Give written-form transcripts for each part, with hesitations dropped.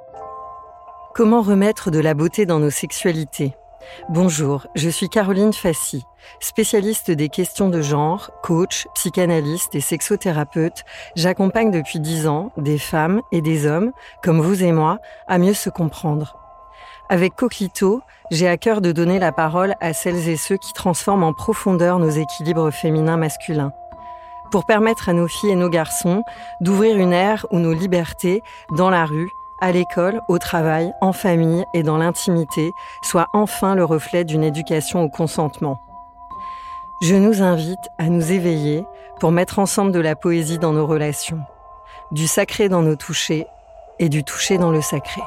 Comment remettre de la beauté dans nos sexualités ? Bonjour, je suis Caroline Fassi, spécialiste des questions de genre, coach, psychanalyste et sexothérapeute. J'accompagne depuis 10 ans des femmes et des hommes, comme vous et moi, à mieux se comprendre. Avec Coquelicot, j'ai à cœur de donner la parole à celles et ceux qui transforment en profondeur nos équilibres féminins-masculins. Pour permettre à nos filles et nos garçons d'ouvrir une ère où nos libertés, dans la rue, à l'école, au travail, en famille et dans l'intimité, soient enfin le reflet d'une éducation au consentement. Je nous invite à nous éveiller pour mettre ensemble de la poésie dans nos relations, du sacré dans nos touchés et du touché dans le sacré.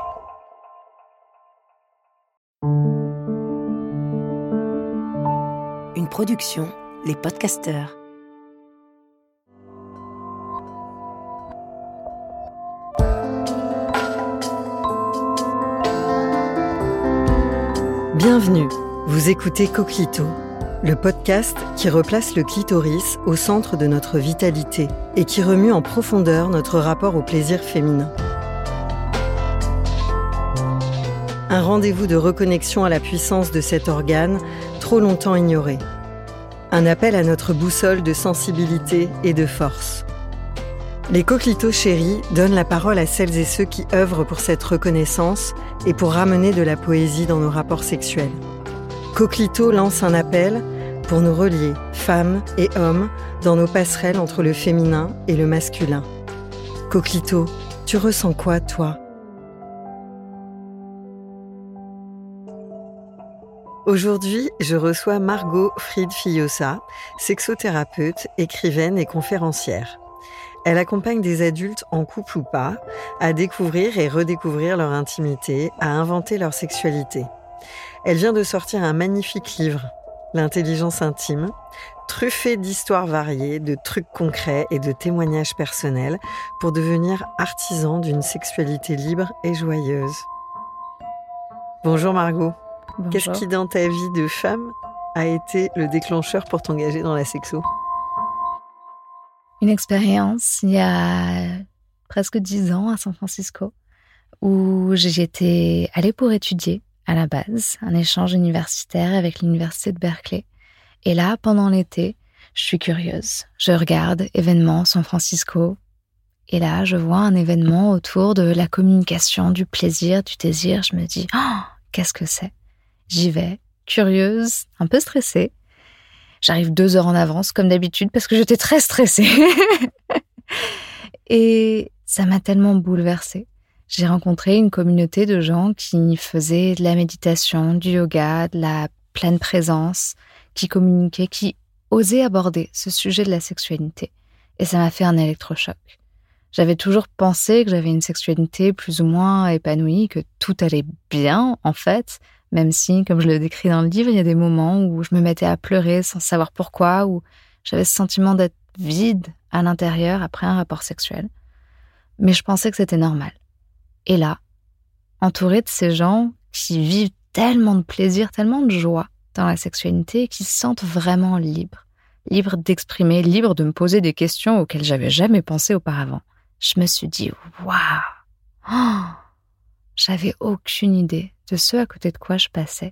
Une production, Les Podcasteurs. Bienvenue, vous écoutez Coquelicot, le podcast qui replace le clitoris au centre de notre vitalité et qui remue en profondeur notre rapport au plaisir féminin. Un rendez-vous de reconnexion à la puissance de cet organe trop longtemps ignoré. Un appel à notre boussole de sensibilité et de force. Les Coquelicots chéris donnent la parole à celles et ceux qui œuvrent pour cette reconnaissance et pour ramener de la poésie dans nos rapports sexuels. Coquelicot lance un appel pour nous relier, femmes et hommes, dans nos passerelles entre le féminin et le masculin. Coquelicot, tu ressens quoi, toi ? Aujourd'hui, je reçois Margot Fried-Fillosa, sexothérapeute, écrivaine et conférencière. Elle accompagne des adultes, en couple ou pas, à découvrir et redécouvrir leur intimité, à inventer leur sexualité. Elle vient de sortir un magnifique livre, L'intelligence intime, truffé d'histoires variées, de trucs concrets et de témoignages personnels pour devenir artisan d'une sexualité libre et joyeuse. Bonjour Margot. Bonjour. Qu'est-ce qui, dans ta vie de femme, a été le déclencheur pour t'engager dans la sexo ? Une expérience il y a presque 10 ans à San Francisco où j'étais allée pour étudier à la base, un échange universitaire avec l'université de Berkeley. Et là, pendant l'été, je suis curieuse. Je regarde événements San Francisco et là, je vois un événement autour de la communication, du plaisir, du désir. Je me dis, qu'est-ce que c'est ? J'y vais, curieuse, un peu stressée. J'arrive 2 heures en avance, comme d'habitude, parce que j'étais très stressée. Et ça m'a tellement bouleversée. J'ai rencontré une communauté de gens qui faisaient de la méditation, du yoga, de la pleine présence, qui communiquaient, qui osaient aborder ce sujet de la sexualité. Et ça m'a fait un électrochoc. J'avais toujours pensé que j'avais une sexualité plus ou moins épanouie, que tout allait bien, en fait, même si, comme je le décris dans le livre, il y a des moments où je me mettais à pleurer sans savoir pourquoi, où j'avais ce sentiment d'être vide à l'intérieur après un rapport sexuel. Mais je pensais que c'était normal. Et là, entourée de ces gens qui vivent tellement de plaisir, tellement de joie dans la sexualité, et qui se sentent vraiment libres d'exprimer, libres de me poser des questions auxquelles j'avais jamais pensé auparavant, je me suis dit « Waouh !» J'avais aucune idée de ce à côté de quoi je passais.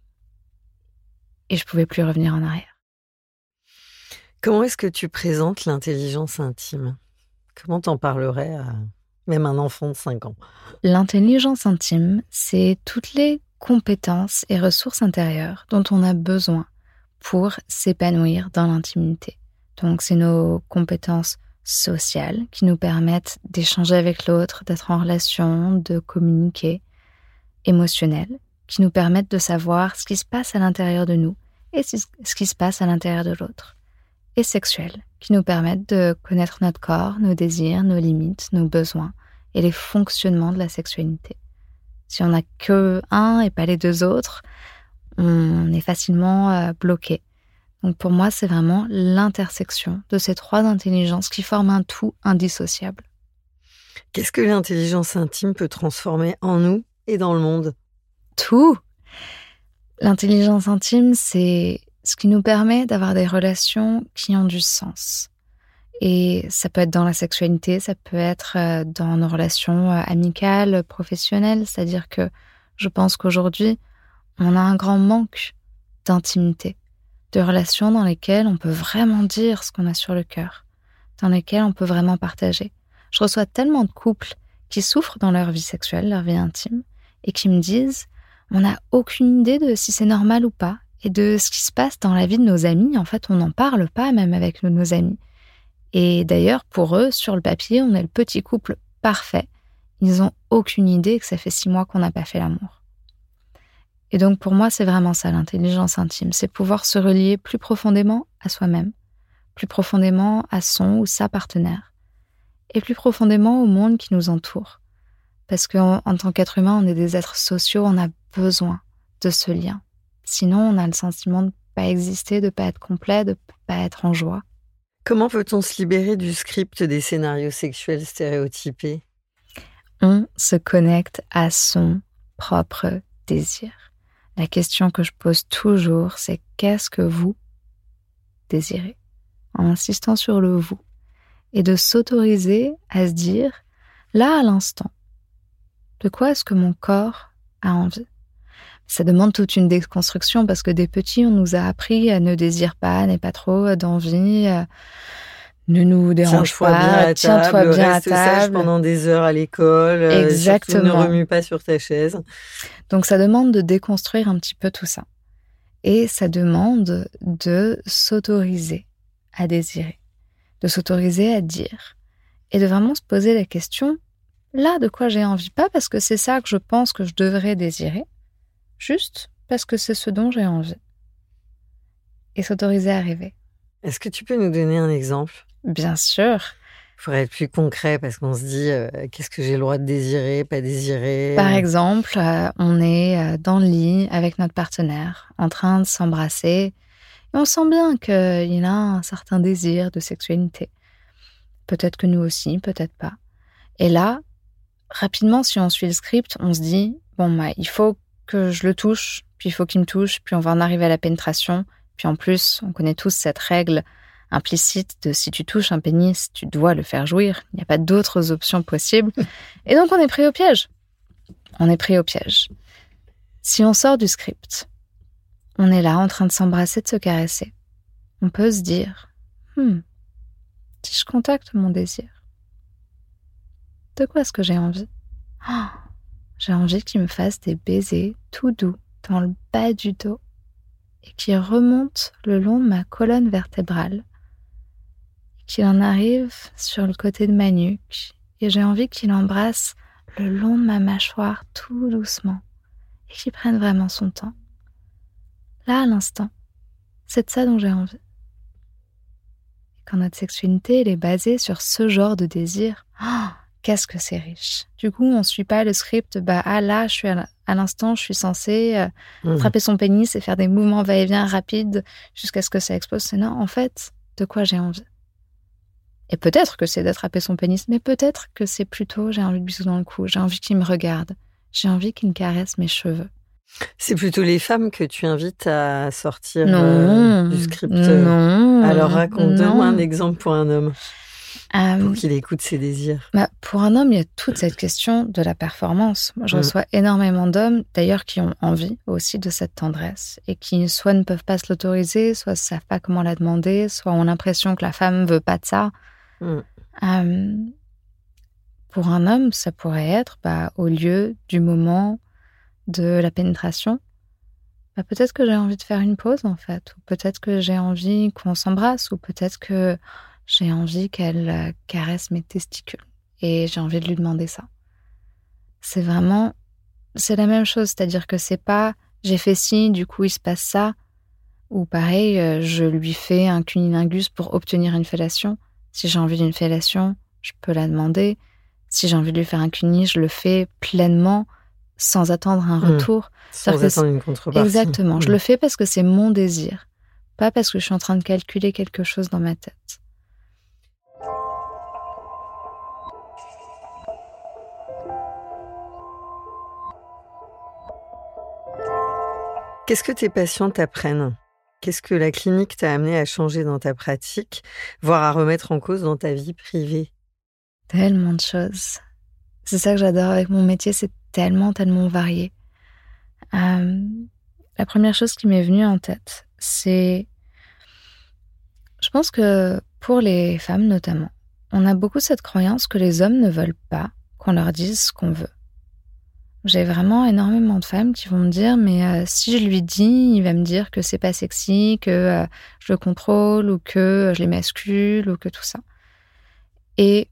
Et je pouvais plus revenir en arrière. Comment est-ce que tu présentes l'intelligence intime ? Comment t'en parlerais à même un enfant de 5 ans ? L'intelligence intime, c'est toutes les compétences et ressources intérieures dont on a besoin pour s'épanouir dans l'intimité. Donc, c'est nos compétences sociales qui nous permettent d'échanger avec l'autre, d'être en relation, de communiquer, émotionnelles, qui nous permettent de savoir ce qui se passe à l'intérieur de nous et ce qui se passe à l'intérieur de l'autre, et sexuelles, qui nous permettent de connaître notre corps, nos désirs, nos limites, nos besoins et les fonctionnements de la sexualité. Si on n'a que un et pas les 2 autres, on est facilement bloqué. Donc pour moi, c'est vraiment l'intersection de ces 3 intelligences qui forment un tout indissociable. Qu'est-ce que l'intelligence intime peut transformer en nous et dans le monde ? Tout. L'intelligence intime, c'est ce qui nous permet d'avoir des relations qui ont du sens. Et ça peut être dans la sexualité, ça peut être dans nos relations amicales, professionnelles. C'est-à-dire que je pense qu'aujourd'hui, on a un grand manque d'intimité, de relations dans lesquelles on peut vraiment dire ce qu'on a sur le cœur, dans lesquelles on peut vraiment partager. Je reçois tellement de couples qui souffrent dans leur vie sexuelle, leur vie intime, et qui me disent « on n'a aucune idée de si c'est normal ou pas, et de ce qui se passe dans la vie de nos amis. En fait, on n'en parle pas même avec nos amis. » Et d'ailleurs, pour eux, sur le papier, on est le petit couple parfait. Ils n'ont aucune idée que ça fait 6 mois qu'on n'a pas fait l'amour. Et donc, pour moi, c'est vraiment ça, l'intelligence intime. C'est pouvoir se relier plus profondément à soi-même, plus profondément à son ou sa partenaire, et plus profondément au monde qui nous entoure. Parce qu'en tant qu'être humain, on est des êtres sociaux, on a besoin de ce lien. Sinon, on a le sentiment de ne pas exister, de ne pas être complet, de ne pas être en joie. Comment peut-on se libérer du script des scénarios sexuels stéréotypés ? On se connecte à son propre désir. La question que je pose toujours, c'est qu'est-ce que vous désirez ? En insistant sur le vous. Et de s'autoriser à se dire, là à l'instant, de quoi est-ce que mon corps a envie ? Ça demande toute une déconstruction parce que des petits, on nous a appris à ne désire pas, n'aie pas trop d'envie, ne nous dérange pas, tiens-toi bien à reste sage table. pendant des heures à l'école, Exactement. surtout ne remue pas sur ta chaise. Donc ça demande de déconstruire un petit peu tout ça. Et ça demande de s'autoriser à désirer, de s'autoriser à dire et de vraiment se poser la question, là de quoi j'ai envie, pas parce que c'est ça que je pense que je devrais désirer, juste parce que c'est ce dont j'ai envie. Et s'autoriser à rêver. Est-ce que tu peux nous donner un exemple ? Bien sûr. Il faudrait être plus concret parce qu'on se dit qu'est-ce que j'ai le droit de désirer, pas désirer. Par exemple, on est dans le lit avec notre partenaire, en train de s'embrasser, et on sent bien qu'il a un certain désir de sexualité. Peut-être que nous aussi, peut-être pas. Et là, rapidement, si on suit le script, on se dit, bon, il faut que je le touche, puis il faut qu'il me touche, puis on va en arriver à la pénétration. Puis en plus, on connaît tous cette règle implicite de si tu touches un pénis, tu dois le faire jouir. Il n'y a pas d'autres options possibles. Et donc, on est pris au piège. On est pris au piège. Si on sort du script, on est là en train de s'embrasser, de se caresser. On peut se dire, si je contacte mon désir, de quoi est-ce que j'ai envie ? J'ai envie qu'il me fasse des baisers tout doux dans le bas du dos et qui remonte le long de ma colonne vertébrale, qu'il en arrive sur le côté de ma nuque, et j'ai envie qu'il embrasse le long de ma mâchoire tout doucement, et qu'il prenne vraiment son temps. Là, à l'instant, c'est de ça dont j'ai envie. Et quand notre sexualité elle est basée sur ce genre de désir, qu'est-ce que c'est riche. Du coup, on ne suit pas le script, là, je suis à l'instant, je suis censée attraper son pénis et faire des mouvements va-et-vient rapides jusqu'à ce que ça explose. C'est non, en fait, de quoi j'ai envie. Et peut-être que c'est d'attraper son pénis, mais peut-être que c'est plutôt, j'ai envie de bisous dans le cou, j'ai envie qu'il me regarde, j'ai envie qu'il me caresse mes cheveux. C'est plutôt les femmes que tu invites à sortir du script. Non. Alors raconte-moi un exemple pour un homme. Pour qu'il écoute ses désirs. Pour un homme, il y a toute cette question de la performance. Moi, je reçois énormément d'hommes, d'ailleurs, qui ont envie aussi de cette tendresse et qui soit ne peuvent pas se l'autoriser, soit ne savent pas comment la demander, soit ont l'impression que la femme ne veut pas de ça. Pour un homme, ça pourrait être, au lieu du moment de la pénétration, peut-être que j'ai envie de faire une pause, en fait. Ou peut-être que j'ai envie qu'on s'embrasse, ou peut-être que j'ai envie qu'elle caresse mes testicules. Et j'ai envie de lui demander ça. C'est la même chose. C'est-à-dire que c'est pas j'ai fait ci, du coup il se passe ça. Ou pareil, je lui fais un cunnilingus pour obtenir une fellation. Si j'ai envie d'une fellation, je peux la demander. Si j'ai envie de lui faire un cunni, je le fais pleinement, sans attendre un retour. Sans attendre une contrepartie. Exactement. Je le fais parce que c'est mon désir. Pas parce que je suis en train de calculer quelque chose dans ma tête. Qu'est-ce que tes patients t'apprennent ? Qu'est-ce que la clinique t'a amené à changer dans ta pratique, voire à remettre en cause dans ta vie privée? Tellement de choses. C'est ça que j'adore avec mon métier, c'est tellement varié. La première chose qui m'est venue en tête, c'est... Je pense que pour les femmes notamment, on a beaucoup cette croyance que les hommes ne veulent pas qu'on leur dise ce qu'on veut. J'ai vraiment énormément de femmes qui vont me dire « mais si je lui dis, il va me dire que c'est pas sexy, que je le contrôle ou que je l'émascule ou que tout ça. » Et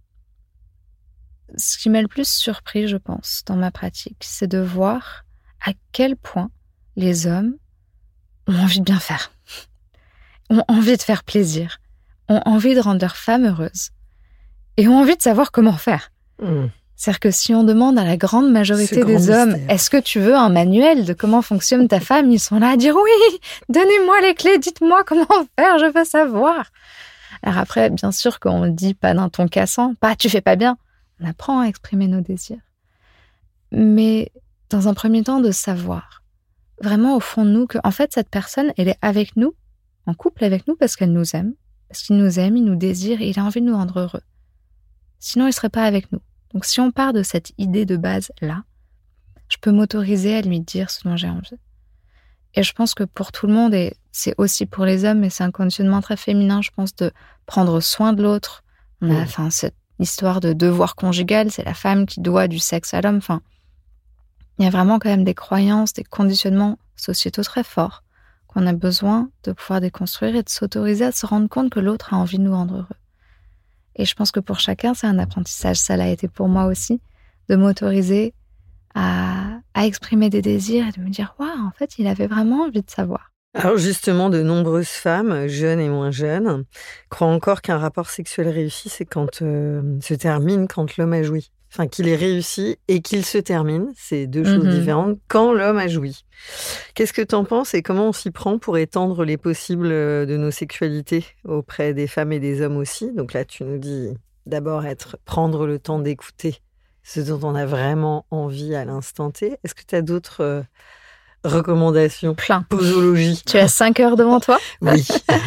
ce qui m'a le plus surpris, je pense, dans ma pratique, c'est de voir à quel point les hommes ont envie de bien faire, ont envie de faire plaisir, ont envie de rendre leur femme heureuse et ont envie de savoir comment faire. C'est-à-dire que si on demande à la grande majorité des hommes « Est-ce que tu veux un manuel de comment fonctionne ta femme ?» Ils sont là à dire « Oui, donnez-moi les clés, dites-moi comment faire, je veux savoir. » Alors après, bien sûr qu'on ne dit pas d'un ton cassant, pas « tu fais pas bien ». On apprend à exprimer nos désirs. Mais dans un premier temps, de savoir, vraiment au fond de nous, que en fait, cette personne, elle est avec nous, en couple avec nous, parce qu'elle nous aime, parce qu'il nous aime, il nous désire et il a envie de nous rendre heureux. Sinon, il ne serait pas avec nous. Donc, si on part de cette idée de base-là, je peux m'autoriser à lui dire ce dont j'ai envie. Et je pense que pour tout le monde, et c'est aussi pour les hommes, mais c'est un conditionnement très féminin, je pense, de prendre soin de l'autre. On a, cette histoire de devoir conjugal, c'est la femme qui doit du sexe à l'homme. Enfin, il y a vraiment quand même des croyances, des conditionnements sociétaux très forts qu'on a besoin de pouvoir déconstruire et de s'autoriser à se rendre compte que l'autre a envie de nous rendre heureux. Et je pense que pour chacun, c'est un apprentissage. Ça l'a été pour moi aussi, de m'autoriser à exprimer des désirs et de me dire « Waouh, en fait, il avait vraiment envie de savoir. » Alors justement, de nombreuses femmes, jeunes et moins jeunes, croient encore qu'un rapport sexuel réussi, c'est quand se termine quand l'homme a joui. Enfin, qu'il est réussi et qu'il se termine, c'est deux choses différentes, quand l'homme a joui. Qu'est-ce que t'en penses et comment on s'y prend pour étendre les possibles de nos sexualités auprès des femmes et des hommes aussi? Donc là, tu nous dis d'abord prendre le temps d'écouter ce dont on a vraiment envie à l'instant T. Est-ce que tu as d'autres recommandations? Plein. Posologie. Tu as 5 heures devant toi? Oui.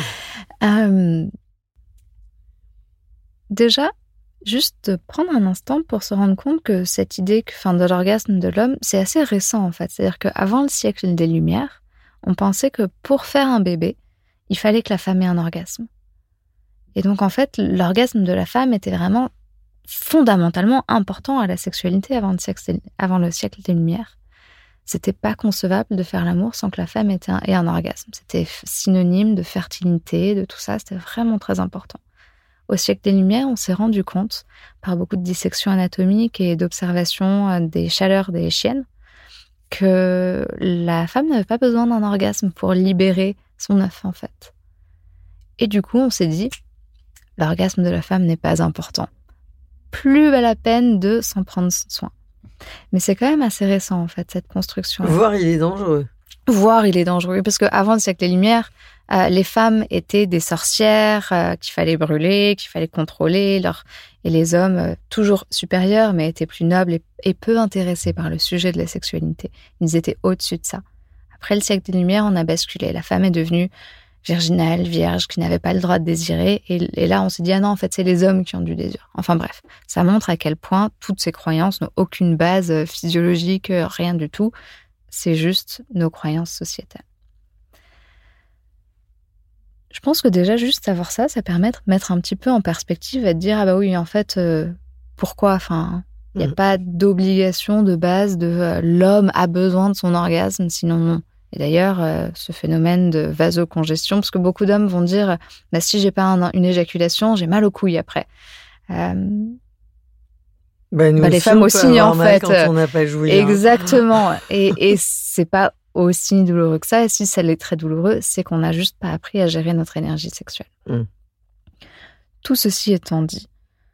Déjà, juste de prendre un instant pour se rendre compte que cette idée de l'orgasme de l'homme, c'est assez récent en fait. C'est-à-dire qu'avant le siècle des Lumières, on pensait que pour faire un bébé, il fallait que la femme ait un orgasme. Et donc en fait, l'orgasme de la femme était vraiment fondamentalement important à la sexualité avant le siècle des Lumières. C'était pas concevable de faire l'amour sans que la femme ait un orgasme. C'était synonyme de fertilité, de tout ça. C'était vraiment très important. Au siècle des Lumières, on s'est rendu compte, par beaucoup de dissections anatomiques et d'observations des chaleurs des chiennes, que la femme n'avait pas besoin d'un orgasme pour libérer son œuf, en fait. Et du coup, on s'est dit, l'orgasme de la femme n'est pas important. Plus à la peine de s'en prendre soin. Mais c'est quand même assez récent, en fait, cette construction. Voire il est dangereux. Voire il est dangereux, parce qu'avant le siècle des Lumières, les femmes étaient des sorcières qu'il fallait brûler, qu'il fallait contrôler, et les hommes, toujours supérieurs, mais étaient plus nobles et peu intéressés par le sujet de la sexualité. Ils étaient au-dessus de ça. Après le siècle des Lumières, on a basculé. La femme est devenue virginale, vierge, qui n'avait pas le droit de désirer. Et là, on s'est dit, ah non, en fait, c'est les hommes qui ont du désir. Enfin bref, ça montre à quel point toutes ces croyances n'ont aucune base physiologique, rien du tout. C'est juste nos croyances sociétales. Je pense que déjà, juste savoir ça permet de mettre un petit peu en perspective et de dire, ah bah oui, en fait, pourquoi? Enfin, il n'y a pas d'obligation de base de l'homme a besoin de son orgasme, sinon non. Et d'ailleurs, ce phénomène de vasocongestion, parce que beaucoup d'hommes vont dire, bah, si j'ai pas une éjaculation, j'ai mal aux couilles après. Les femmes aussi, en fait. Quand on n'a pas joui. Exactement. Et c'est pas aussi douloureux que ça. Et si ça l'est très douloureux, c'est qu'on n'a juste pas appris à gérer notre énergie sexuelle. Tout ceci étant dit,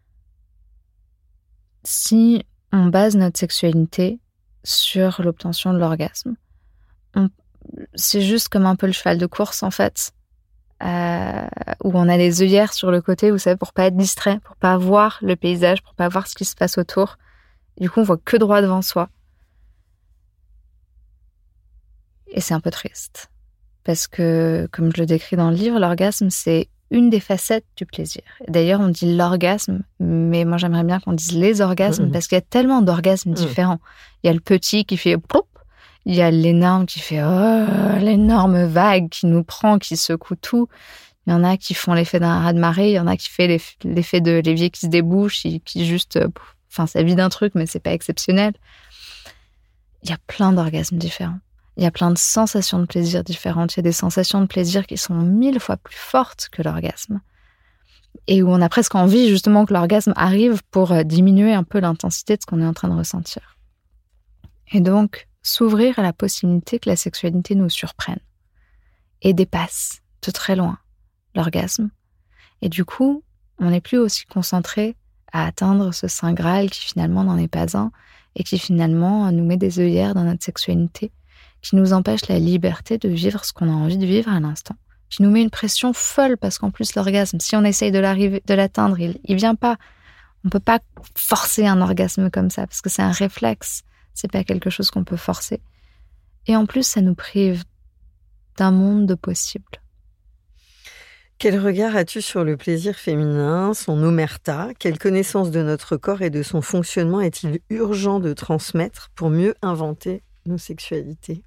si on base notre sexualité sur l'obtention de l'orgasme, c'est juste comme un peu le cheval de course, en fait, où on a les œillères sur le côté, vous savez, pour pas être distrait, pour pas voir le paysage, pour pas voir ce qui se passe autour. Du coup, on voit que droit devant soi. Et c'est un peu triste. parce que, comme je le décris dans le livre, l'orgasme, c'est une des facettes du plaisir. D'ailleurs, on dit l'orgasme, mais moi, j'aimerais bien qu'on dise les orgasmes, parce qu'il y a tellement d'orgasmes différents. Il y a le petit qui fait ploup, il y a l'énorme qui fait l'énorme vague qui nous prend, qui secoue tout. Il y en a qui font l'effet d'un raz-de-marée, il y en a qui fait l'effet de l'évier qui se débouche, qui juste... ça vide un truc, mais c'est pas exceptionnel. Il y a plein d'orgasmes différents. Il y a plein de sensations de plaisir différentes. Il y a des sensations de plaisir qui sont 1000 fois plus fortes que l'orgasme. Et où on a presque envie, justement, que l'orgasme arrive pour diminuer un peu l'intensité de ce qu'on est en train de ressentir. Et donc, s'ouvrir à la possibilité que la sexualité nous surprenne et dépasse de très loin l'orgasme. Et du coup, on n'est plus aussi concentré à atteindre ce Saint Graal qui finalement n'en est pas un et qui finalement nous met des œillères dans notre sexualité, qui nous empêche la liberté de vivre ce qu'on a envie de vivre à l'instant, qui nous met une pression folle parce qu'en plus l'orgasme, si on essaye de l'atteindre, il vient pas. On peut pas forcer un orgasme comme ça parce que c'est un réflexe, c'est pas quelque chose qu'on peut forcer. Et en plus, ça nous prive d'un monde de possibles. Quel regard as-tu sur le plaisir féminin, son omerta? Quelle connaissance de notre corps et de son fonctionnement est-il urgent de transmettre pour mieux inventer nos sexualités?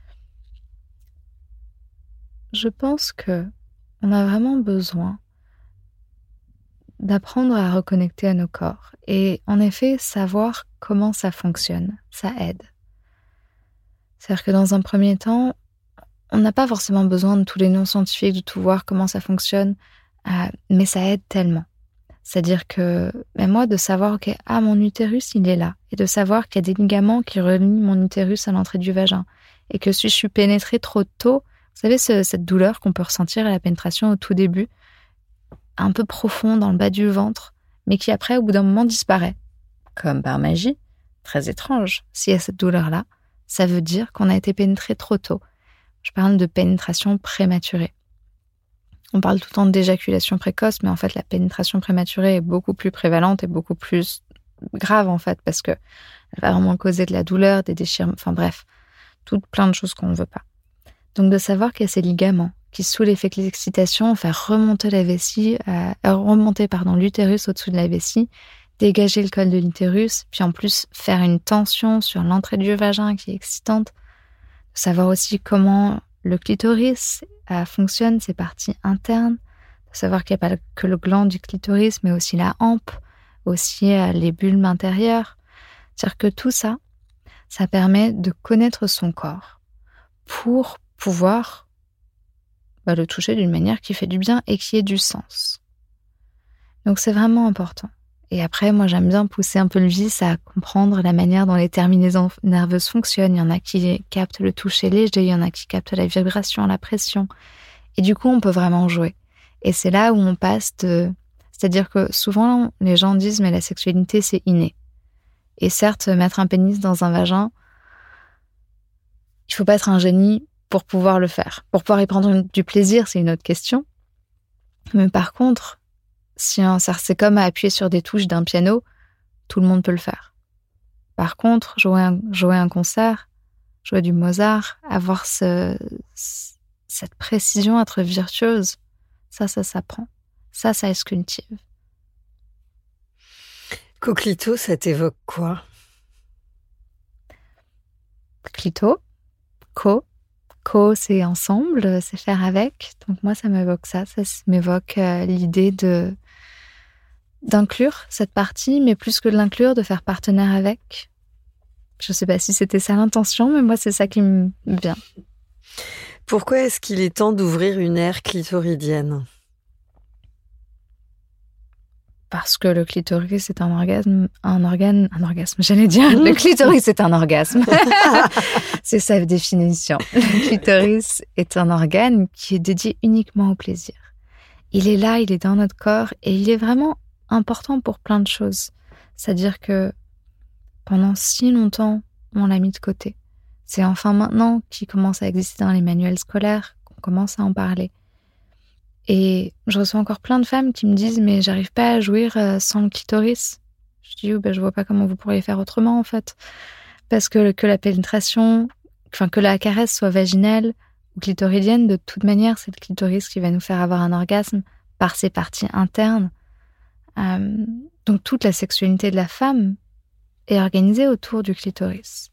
Je pense que on a vraiment besoin d'apprendre à reconnecter à nos corps. Et en effet, savoir comment ça fonctionne, ça aide. C'est-à-dire que dans un premier temps, on n'a pas forcément besoin de tous les noms scientifiques, de tout voir comment ça fonctionne, mais ça aide tellement. C'est-à-dire que moi, de savoir, ok, mon utérus, il est là, et de savoir qu'il y a des ligaments qui relient mon utérus à l'entrée du vagin, et que si je suis pénétrée trop tôt, vous savez, cette douleur qu'on peut ressentir à la pénétration au tout début, un peu profond dans le bas du ventre, mais qui après, au bout d'un moment, disparaît. Comme par magie, très étrange. S'il y a cette douleur-là, ça veut dire qu'on a été pénétré trop tôt. Je parle de pénétration prématurée. On parle tout le temps d'éjaculation précoce, mais en fait, la pénétration prématurée est beaucoup plus prévalente et beaucoup plus grave, en fait, parce qu'elle va vraiment causer de la douleur, des déchirements, enfin bref, plein de choses qu'on ne veut pas. Donc, de savoir qu'il y a ces ligaments qui, sous l'effet de l'excitation, vont faire remonter la vessie, l'utérus au-dessous de la vessie, dégager le col de l'utérus, puis en plus faire une tension sur l'entrée du vagin qui est excitante. De savoir aussi comment le clitoris fonctionne, ses parties internes. De savoir qu'il n'y a pas que le gland du clitoris, mais aussi la hampe, aussi les bulbes intérieures. C'est-à-dire que tout ça, ça permet de connaître son corps pour pouvoir le toucher d'une manière qui fait du bien et qui ait du sens. Donc c'est vraiment important. Et après, moi, j'aime bien pousser un peu le vice à comprendre la manière dont les terminaisons nerveuses fonctionnent. Il y en a qui captent le toucher léger, il y en a qui captent la vibration, la pression. Et du coup, on peut vraiment jouer. Et c'est là où on passe de... C'est-à-dire que souvent, les gens disent « mais la sexualité, c'est inné ». Et certes, mettre un pénis dans un vagin, il faut pas être un génie pour pouvoir le faire. Pour pouvoir y prendre du plaisir, c'est une autre question. Mais par contre... c'est comme appuyer sur des touches d'un piano, tout le monde peut le faire. Par contre, jouer un concert, jouer du Mozart, avoir cette précision, être virtuose, ça s'apprend. Ça se cultive. Coquelito, ça t'évoque quoi? Clito, co, c'est ensemble, c'est faire avec. Donc moi, ça m'évoque ça. Ça m'évoque l'idée d'inclure cette partie, mais plus que de l'inclure, de faire partenaire avec. Je ne sais pas si c'était ça l'intention, mais moi, c'est ça qui me vient. Pourquoi est-ce qu'il est temps d'ouvrir une ère clitoridienne? Parce que le clitoris est un orgasme, j'allais dire, le clitoris est un orgasme. C'est sa définition. Le clitoris est un organe qui est dédié uniquement au plaisir. Il est là, il est dans notre corps et il est vraiment important pour plein de choses. C'est-à-dire que pendant si longtemps, on l'a mis de côté. C'est enfin maintenant qu'il commence à exister dans les manuels scolaires qu'on commence à en parler. Et je reçois encore plein de femmes qui me disent « mais j'arrive pas à jouir sans le clitoris ». Je dis « je vois pas comment vous pourriez faire autrement en fait ». Parce que la pénétration, que la caresse soit vaginale ou clitoridienne, de toute manière, c'est le clitoris qui va nous faire avoir un orgasme par ses parties internes. Donc toute la sexualité de la femme est organisée autour du clitoris.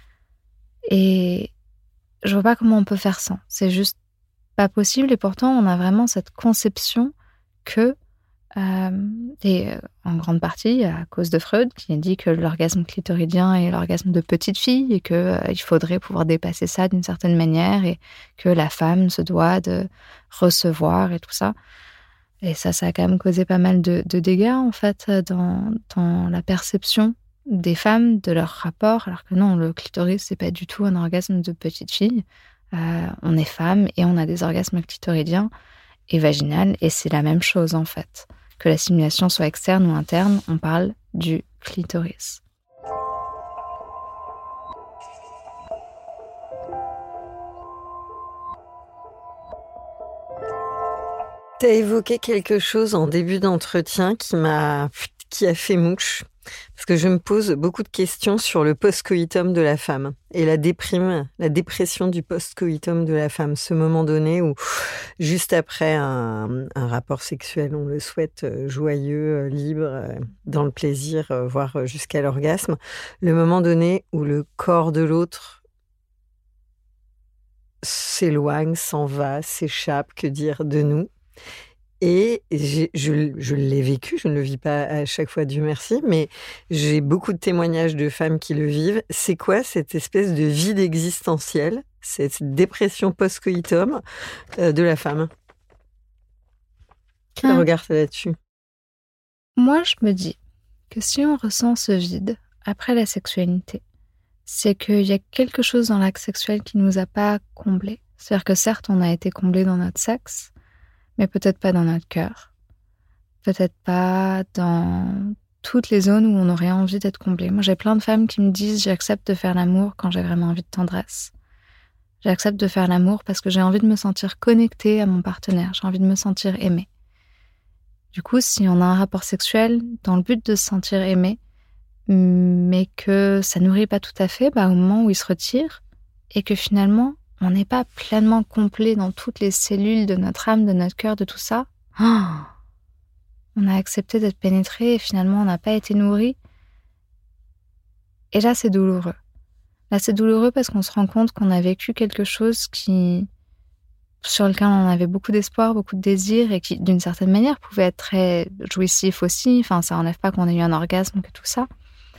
Et je vois pas comment on peut faire sans. C'est juste pas possible, et pourtant on a vraiment cette conception que, et en grande partie à cause de Freud, qui dit que l'orgasme clitoridien est l'orgasme de petite fille et que il faudrait pouvoir dépasser ça d'une certaine manière et que la femme se doit de recevoir et tout ça. Et ça a quand même causé pas mal de dégâts en fait dans la perception des femmes de leur rapport, alors que non, le clitoris c'est pas du tout un orgasme de petite fille. On est femme et on a des orgasmes clitoridiens et vaginales, et c'est la même chose en fait. Que la stimulation soit externe ou interne, on parle du clitoris. T'as évoqué quelque chose en début d'entretien qui a fait mouche. Parce que je me pose beaucoup de questions sur le post-coitum de la femme et la dépression du post-coitum de la femme. Ce moment donné où, juste après un rapport sexuel, on le souhaite joyeux, libre, dans le plaisir, voire jusqu'à l'orgasme, le moment donné où le corps de l'autre s'éloigne, s'en va, s'échappe, que dire de nous. Et je l'ai vécu, je ne le vis pas à chaque fois, Dieu merci, mais j'ai beaucoup de témoignages de femmes qui le vivent. C'est quoi cette espèce de vide existentiel, cette dépression post-coitum de la femme? Quel regard t'as là-dessus? Moi, je me dis que si on ressent ce vide après la sexualité, c'est qu'il y a quelque chose dans l'acte sexuel qui ne nous a pas comblés. C'est-à-dire que certes, on a été comblés dans notre sexe, mais peut-être pas dans notre cœur, peut-être pas dans toutes les zones où on aurait envie d'être comblé. Moi, j'ai plein de femmes qui me disent « j'accepte de faire l'amour quand j'ai vraiment envie de tendresse. J'accepte de faire l'amour parce que j'ai envie de me sentir connectée à mon partenaire, j'ai envie de me sentir aimée. » Du coup, si on a un rapport sexuel dans le but de se sentir aimé, mais que ça nourrit pas tout à fait, au moment où il se retire, et que finalement, on n'est pas pleinement complet dans toutes les cellules de notre âme, de notre cœur, de tout ça. On a accepté d'être pénétré et finalement on n'a pas été nourri. Et là, c'est douloureux. Là, c'est douloureux parce qu'on se rend compte qu'on a vécu quelque chose sur lequel on avait beaucoup d'espoir, beaucoup de désir et qui, d'une certaine manière, pouvait être très jouissif aussi. Enfin, ça enlève pas qu'on ait eu un orgasme, que tout ça.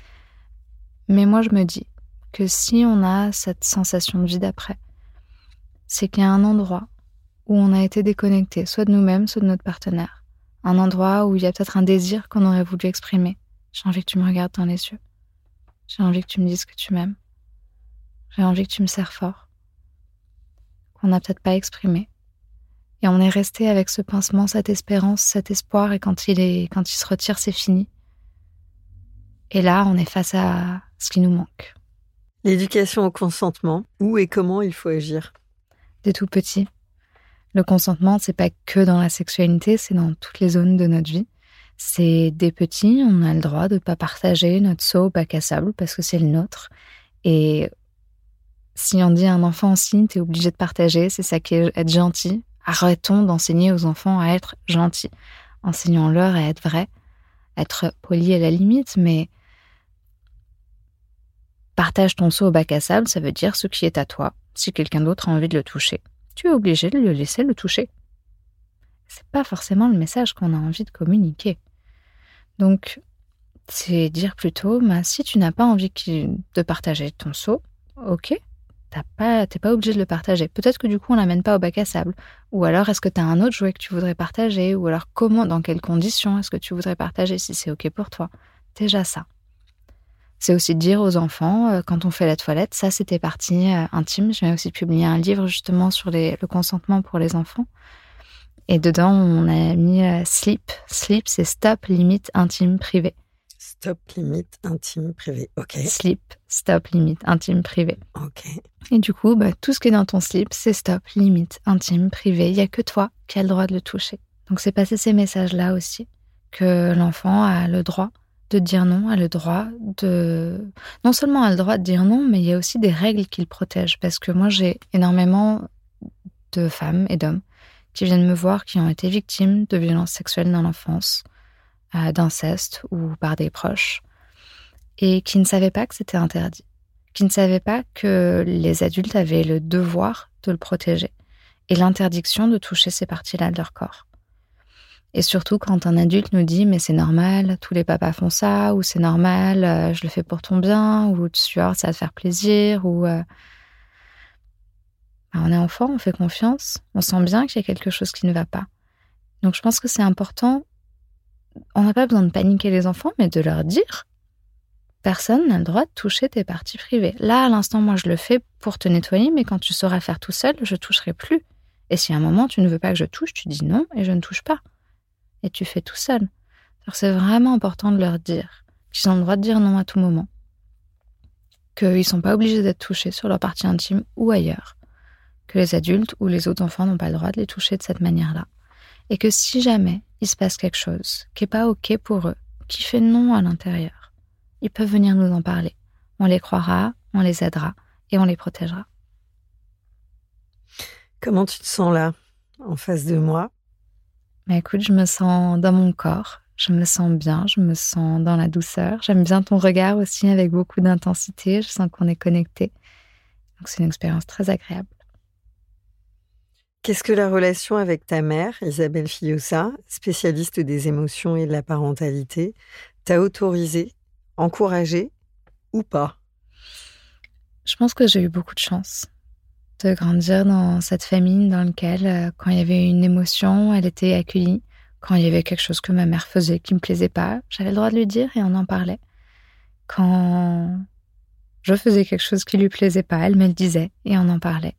Mais moi, je me dis que si on a cette sensation de vide après, c'est qu'il y a un endroit où on a été déconnecté, soit de nous-mêmes, soit de notre partenaire. Un endroit où il y a peut-être un désir qu'on aurait voulu exprimer. J'ai envie que tu me regardes dans les yeux. J'ai envie que tu me dises que tu m'aimes. J'ai envie que tu me serres fort. Qu'on n'a peut-être pas exprimé. Et on est resté avec ce pincement, cette espérance, cet espoir, et quand il se retire, c'est fini. Et là, on est face à ce qui nous manque. L'éducation au consentement, où et comment il faut agir? Dès tout petit. Le consentement, c'est pas que dans la sexualité, c'est dans toutes les zones de notre vie. C'est dès petit, on a le droit de pas partager notre seau au bac à sable parce que c'est le nôtre. Et si on dit à un enfant aussi, t'es obligé de partager, c'est ça qui est être gentil. Arrêtons d'enseigner aux enfants à être gentils. Enseignons-leur à être vrais, être polis à la limite, mais partage ton seau au bac à sable, ça veut dire ce qui est à toi. Si quelqu'un d'autre a envie de le toucher, tu es obligé de le laisser le toucher. C'est pas forcément le message qu'on a envie de communiquer. Donc, c'est dire plutôt, si tu n'as pas envie de partager ton seau, ok, t'es pas obligé de le partager. Peut-être que du coup, on l'amène pas au bac à sable. Ou alors, est-ce que tu as un autre jouet que tu voudrais partager? Ou alors, comment, dans quelles conditions est-ce que tu voudrais partager si c'est ok pour toi? Déjà ça. C'est aussi de dire aux enfants, quand on fait la toilette, ça c'était partie intime. Je vais aussi publier un livre justement sur le consentement pour les enfants. Et dedans, on a mis SLIP. SLIP, c'est Stop, Limite, Intime, Privé. Stop, Limite, Intime, Privé, ok. SLIP, Stop, Limite, Intime, Privé. Ok. Et du coup, tout ce qui est dans ton slip, c'est Stop, Limite, Intime, Privé. Il n'y a que toi qui as le droit de le toucher. Donc c'est passer ces messages-là aussi, que l'enfant a le droit de dire non, a le droit de... Non seulement a le droit de dire non, mais il y a aussi des règles qui le protègent. Parce que moi, j'ai énormément de femmes et d'hommes qui viennent me voir qui ont été victimes de violences sexuelles dans l'enfance, d'inceste ou par des proches, et qui ne savaient pas que c'était interdit, qui ne savaient pas que les adultes avaient le devoir de le protéger et l'interdiction de toucher ces parties-là de leur corps. Et surtout quand un adulte nous dit « mais c'est normal, tous les papas font ça » ou « c'est normal, je le fais pour ton bien » ou « tu vois, ça va te faire plaisir » ou on est enfant, on fait confiance, on sent bien qu'il y a quelque chose qui ne va pas. Donc je pense que c'est important, on n'a pas besoin de paniquer les enfants, mais de leur dire « personne n'a le droit de toucher tes parties privées. Là, à l'instant, moi, je le fais pour te nettoyer, mais quand tu sauras faire tout seul, je ne toucherai plus. Et si à un moment, tu ne veux pas que je touche, tu dis non et je ne touche pas. Et tu fais tout seul. » Alors c'est vraiment important de leur dire qu'ils ont le droit de dire non à tout moment, qu'ils ne sont pas obligés d'être touchés sur leur partie intime ou ailleurs, que les adultes ou les autres enfants n'ont pas le droit de les toucher de cette manière-là. Et que si jamais il se passe quelque chose qui n'est pas OK pour eux, qui fait non à l'intérieur, ils peuvent venir nous en parler. On les croira, on les aidera et on les protégera. Comment tu te sens là, en face de moi ? Écoute, je me sens dans mon corps, je me sens bien, je me sens dans la douceur. J'aime bien ton regard aussi avec beaucoup d'intensité, je sens qu'on est connectés. Donc c'est une expérience très agréable. Qu'est-ce que la relation avec ta mère, Isabelle Fillosa, spécialiste des émotions et de la parentalité, t'a autorisé, encouragé ou pas ? Je pense que j'ai eu beaucoup de chance de grandir dans cette famille dans laquelle, quand il y avait une émotion, elle était accueillie. Quand il y avait quelque chose que ma mère faisait qui me plaisait pas, j'avais le droit de lui dire et on en parlait. Quand je faisais quelque chose qui lui plaisait pas, elle me le disait et on en parlait.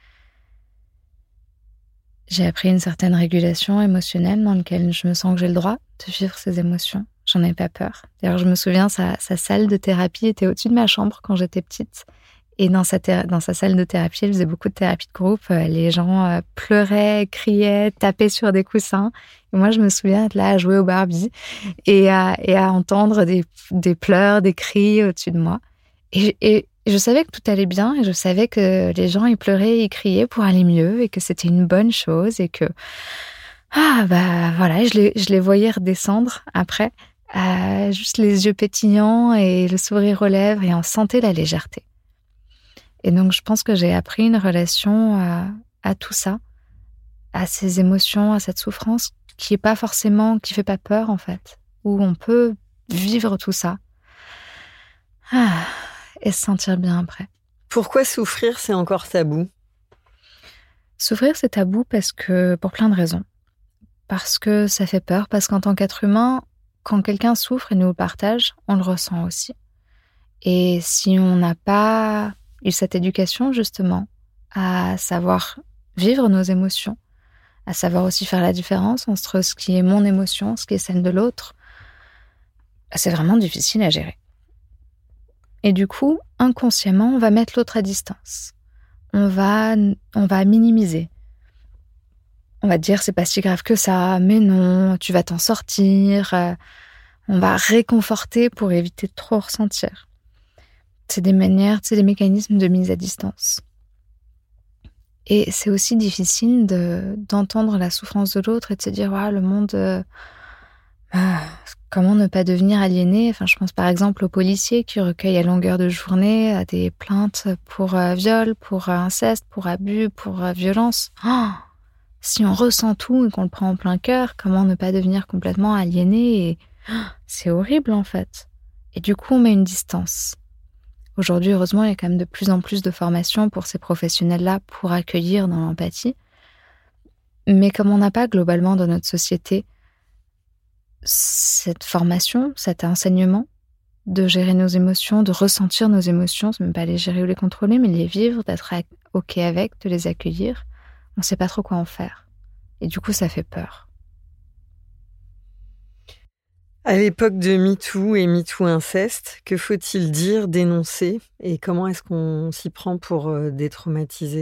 J'ai appris une certaine régulation émotionnelle dans laquelle je me sens que j'ai le droit de vivre ces émotions. J'en ai pas peur. D'ailleurs, je me souviens, sa salle de thérapie était au-dessus de ma chambre quand j'étais petite. Et dans sa salle de thérapie, elle faisait beaucoup de thérapie de groupe. Les gens pleuraient, criaient, tapaient sur des coussins. Et moi, je me souviens être là à jouer au Barbie et à entendre des pleurs, des cris au-dessus de moi. Et je savais que tout allait bien et je savais que les gens, ils pleuraient, ils criaient pour aller mieux et que c'était une bonne chose et que... voilà, je les voyais redescendre après, juste les yeux pétillants et le sourire aux lèvres et on sentait la légèreté. Et donc, je pense que j'ai appris une relation à tout ça, à ces émotions, à cette souffrance qui est pas forcément, qui fait pas peur en fait, où on peut vivre tout ça et se sentir bien après. Pourquoi souffrir, c'est encore tabou ? Souffrir, c'est tabou pour plein de raisons. Parce que ça fait peur, parce qu'en tant qu'être humain, quand quelqu'un souffre et nous le partage, on le ressent aussi. Et si on n'a pas eu cette éducation, justement, à savoir vivre nos émotions, à savoir aussi faire la différence entre ce qui est mon émotion, ce qui est celle de l'autre, c'est vraiment difficile à gérer. Et du coup, inconsciemment, on va mettre l'autre à distance. On va minimiser. On va dire, c'est pas si grave que ça, mais non, tu vas t'en sortir. On va réconforter pour éviter de trop ressentir. C'est des mécanismes de mise à distance. Et c'est aussi difficile d'entendre la souffrance de l'autre et de se dire, le monde, comment ne pas devenir aliéné ? Enfin, je pense par exemple aux policiers qui recueillent à longueur de journée des plaintes pour viol, pour inceste, pour abus, pour violence. Si on ressent tout et qu'on le prend en plein cœur, comment ne pas devenir complètement aliéné ? C'est horrible en fait. Et du coup, on met une distance. Aujourd'hui, heureusement, il y a quand même de plus en plus de formations pour ces professionnels-là pour accueillir dans l'empathie. Mais comme on n'a pas globalement dans notre société cette formation, cet enseignement de gérer nos émotions, de ressentir nos émotions, c'est même pas les gérer ou les contrôler, mais les vivre, d'être OK avec, de les accueillir, on ne sait pas trop quoi en faire. Et du coup, ça fait peur. À l'époque de MeToo et MeToo inceste, que faut-il dire, dénoncer et comment est-ce qu'on s'y prend pour détraumatiser ?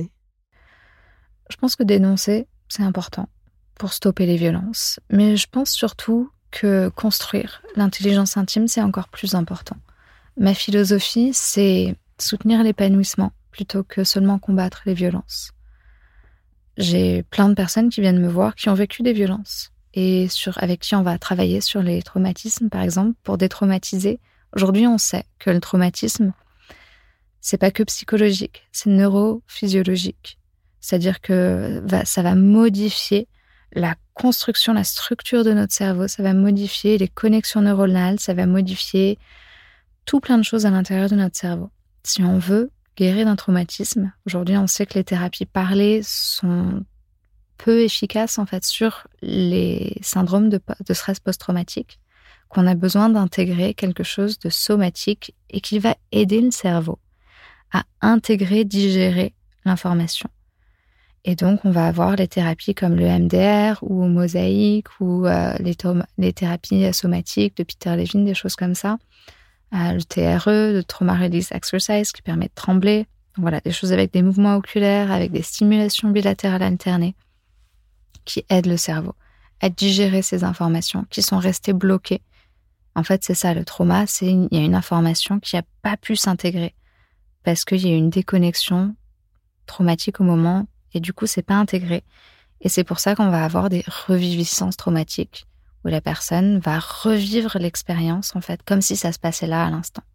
Je pense que dénoncer, c'est important pour stopper les violences. Mais je pense surtout que construire l'intelligence intime, c'est encore plus important. Ma philosophie, c'est soutenir l'épanouissement plutôt que seulement combattre les violences. j'ai plein de personnes qui viennent me voir qui ont vécu des violences et avec qui on va travailler sur les traumatismes, par exemple, pour détraumatiser. Aujourd'hui, on sait que le traumatisme, c'est pas que psychologique, c'est neurophysiologique. C'est-à-dire que ça va modifier la construction, la structure de notre cerveau, ça va modifier les connexions neuronales, ça va modifier tout plein de choses à l'intérieur de notre cerveau. Si on veut guérir d'un traumatisme, aujourd'hui on sait que les thérapies parlées sont peu efficaces en fait sur les syndromes de stress post-traumatique, qu'on a besoin d'intégrer quelque chose de somatique et qui va aider le cerveau à intégrer, digérer l'information. Et donc, on va avoir les thérapies comme le MDR ou Mosaïque ou les thérapies somatiques de Peter Levine, des choses comme ça. Le TRE, le Trauma Release Exercise, qui permet de trembler. Donc voilà, des choses avec des mouvements oculaires, avec des stimulations bilatérales alternées qui aident le cerveau à digérer ces informations qui sont restées bloquées. En fait, c'est ça, le trauma, il y a une information qui n'a pas pu s'intégrer parce qu'il y a eu une déconnexion traumatique au moment et du coup, c'est pas intégré. Et c'est pour ça qu'on va avoir des reviviscences traumatiques où la personne va revivre l'expérience, en fait, comme si ça se passait là à l'instant.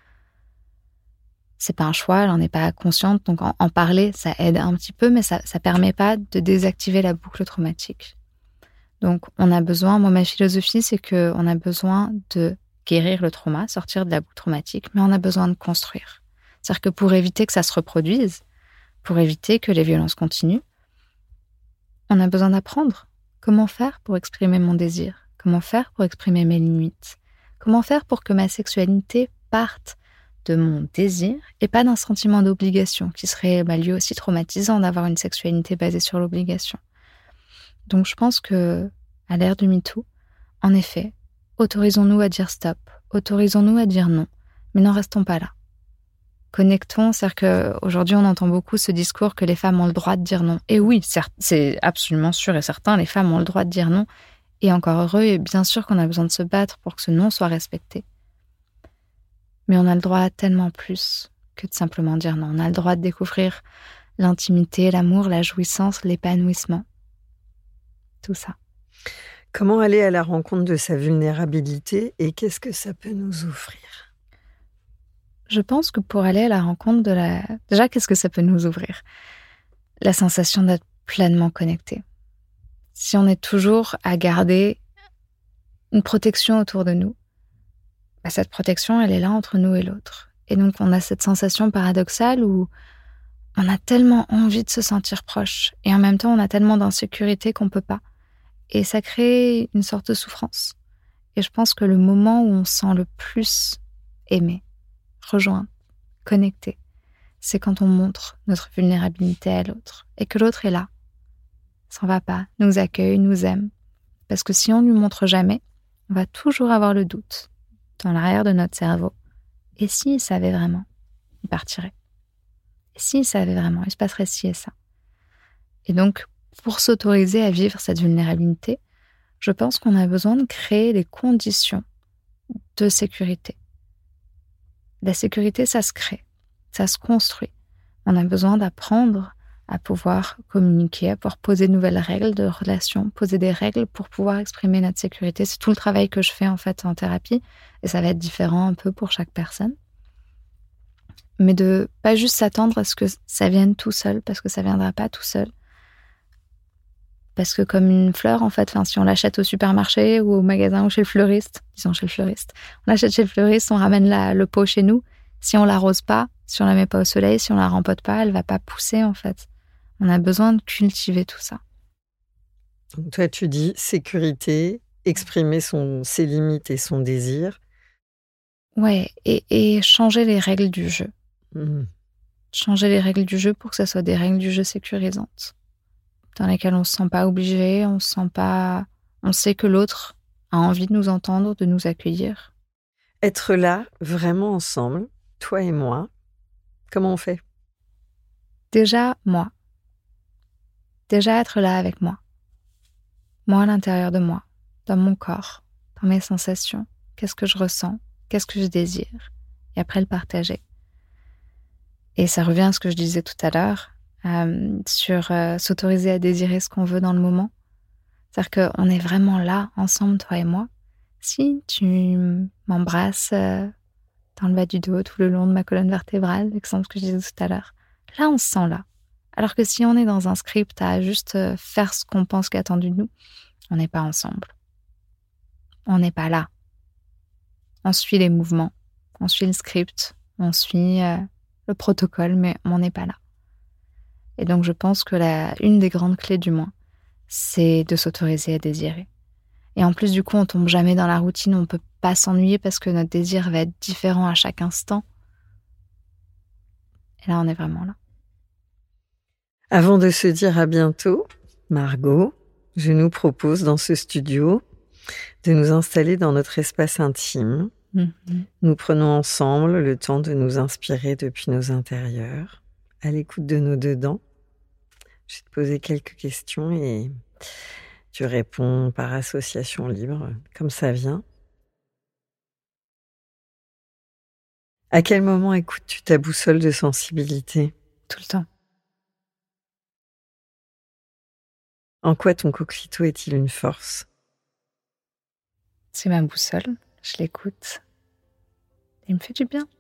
C'est pas un choix, elle en est pas consciente, donc en parler, ça aide un petit peu, mais ça permet pas de désactiver la boucle traumatique. Donc, on a besoin, moi, ma philosophie, c'est qu'on a besoin de guérir le trauma, sortir de la boucle traumatique, mais on a besoin de construire. C'est-à-dire que pour éviter que ça se reproduise, pour éviter que les violences continuent, on a besoin d'apprendre comment faire pour exprimer mon désir, comment faire pour exprimer mes limites, comment faire pour que ma sexualité parte de mon désir et pas d'un sentiment d'obligation qui serait lui aussi traumatisant d'avoir une sexualité basée sur l'obligation. Donc je pense que à l'ère du MeToo, en effet, autorisons-nous à dire stop, autorisons-nous à dire non, mais n'en restons pas là. Connectons, c'est-à-dire qu'aujourd'hui on entend beaucoup ce discours que les femmes ont le droit de dire non. Et oui, certes, c'est absolument sûr et certain, les femmes ont le droit de dire non. Et encore heureux, et bien sûr qu'on a besoin de se battre pour que ce non soit respecté. Mais on a le droit à tellement plus que de simplement dire non. On a le droit de découvrir l'intimité, l'amour, la jouissance, l'épanouissement. Tout ça. Comment aller à la rencontre de sa vulnérabilité et qu'est-ce que ça peut nous offrir ? Je pense que pour aller à la rencontre Déjà, qu'est-ce que ça peut nous ouvrir ? La sensation d'être pleinement connecté. Si on est toujours à garder une protection autour de nous, cette protection, elle est là entre nous et l'autre. Et donc, on a cette sensation paradoxale où on a tellement envie de se sentir proche et en même temps, on a tellement d'insécurité qu'on peut pas. Et ça crée une sorte de souffrance. Et je pense que le moment où on se sent le plus aimé, rejoint, connecté, c'est quand on montre notre vulnérabilité à l'autre et que l'autre est là, s'en va pas, nous accueille, nous aime. Parce que si on lui montre jamais, on va toujours avoir le doute dans l'arrière de notre cerveau. Et s'il savait vraiment, il partirait. Et s'il savait vraiment, il se passerait ci et ça. Et donc, pour s'autoriser à vivre cette vulnérabilité, je pense qu'on a besoin de créer les conditions de sécurité. La sécurité, ça se crée, ça se construit. On a besoin d'apprendre à pouvoir communiquer, à pouvoir poser de nouvelles règles de relation, poser des règles pour pouvoir exprimer notre sécurité. C'est tout le travail que je fais en fait en thérapie et ça va être différent un peu pour chaque personne. Mais de pas juste s'attendre à ce que ça vienne tout seul parce que ça viendra pas tout seul. Parce que comme une fleur, en fait, si on l'achète au supermarché ou au magasin ou chez le fleuriste, disons chez le fleuriste, on l'achète chez le fleuriste, on ramène le pot chez nous. Si on l'arrose pas, si on la met pas au soleil, si on la rempote pas, elle va pas pousser, en fait. On a besoin de cultiver tout ça. Donc toi, tu dis sécurité, exprimer ses limites et son désir. Ouais, et changer les règles du jeu. Changer les règles du jeu pour que ça soit des règles du jeu sécurisantes. Dans lesquelles on se sent pas obligé, on sait que l'autre a envie de nous entendre, de nous accueillir. Être là, vraiment ensemble, toi et moi, comment on fait ? Déjà, moi. Déjà être là avec moi. Moi à l'intérieur de moi, dans mon corps, dans mes sensations. Qu'est-ce que je ressens ? Qu'est-ce que je désire ? Et après le partager. Et ça revient à ce que je disais tout à l'heure. sur s'autoriser à désirer ce qu'on veut dans le moment. C'est-à-dire qu'on est vraiment là, ensemble, toi et moi. Si tu m'embrasses dans le bas du dos, tout le long de ma colonne vertébrale, l'exemple que je disais tout à l'heure, là, on se sent là. Alors que si on est dans un script à juste faire ce qu'on pense qu'attendu de nous, on n'est pas ensemble. On n'est pas là. On suit les mouvements, on suit le script, on suit le protocole, mais on n'est pas là. Et donc je pense que une des grandes clés du moins, c'est de s'autoriser à désirer. Et en plus du coup, on tombe jamais dans la routine, on peut pas s'ennuyer parce que notre désir va être différent à chaque instant. Et là, on est vraiment là. Avant de se dire à bientôt, Margot, je nous propose dans ce studio de nous installer dans notre espace intime. Nous prenons ensemble le temps de nous inspirer depuis nos intérieurs, à l'écoute de nos dedans. Je vais te poser quelques questions et tu réponds par association libre, comme ça vient. À quel moment écoutes-tu ta boussole de sensibilité ? Tout le temps. En quoi ton coquelicot est-il une force ? C'est ma boussole, je l'écoute. Il me fait du bien.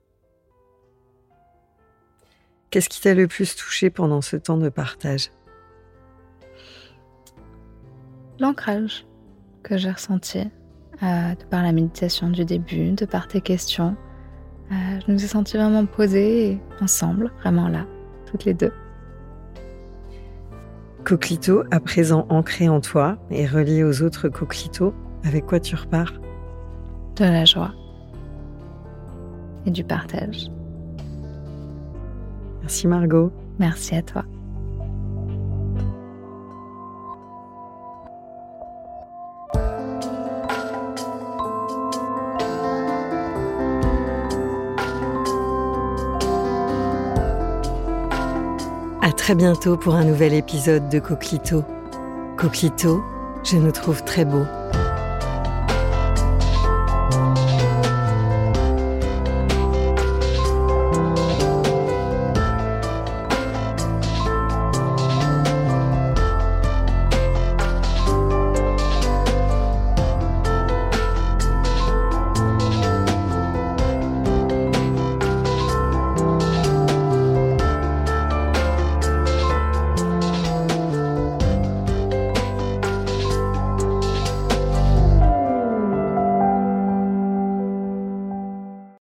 Qu'est-ce qui t'a le plus touché pendant ce temps de partage ? L'ancrage que j'ai ressenti de par la méditation du début, de par tes questions. Je nous ai sentis vraiment posés et ensemble, vraiment là, toutes les deux. Coquelicot, à présent ancré en toi et relié aux autres coquelicots, avec quoi tu repars ? De la joie et du partage. Merci Margot. Merci à toi. À très bientôt pour un nouvel épisode de Coquelicot. Coquelicot, je nous trouve très beaux.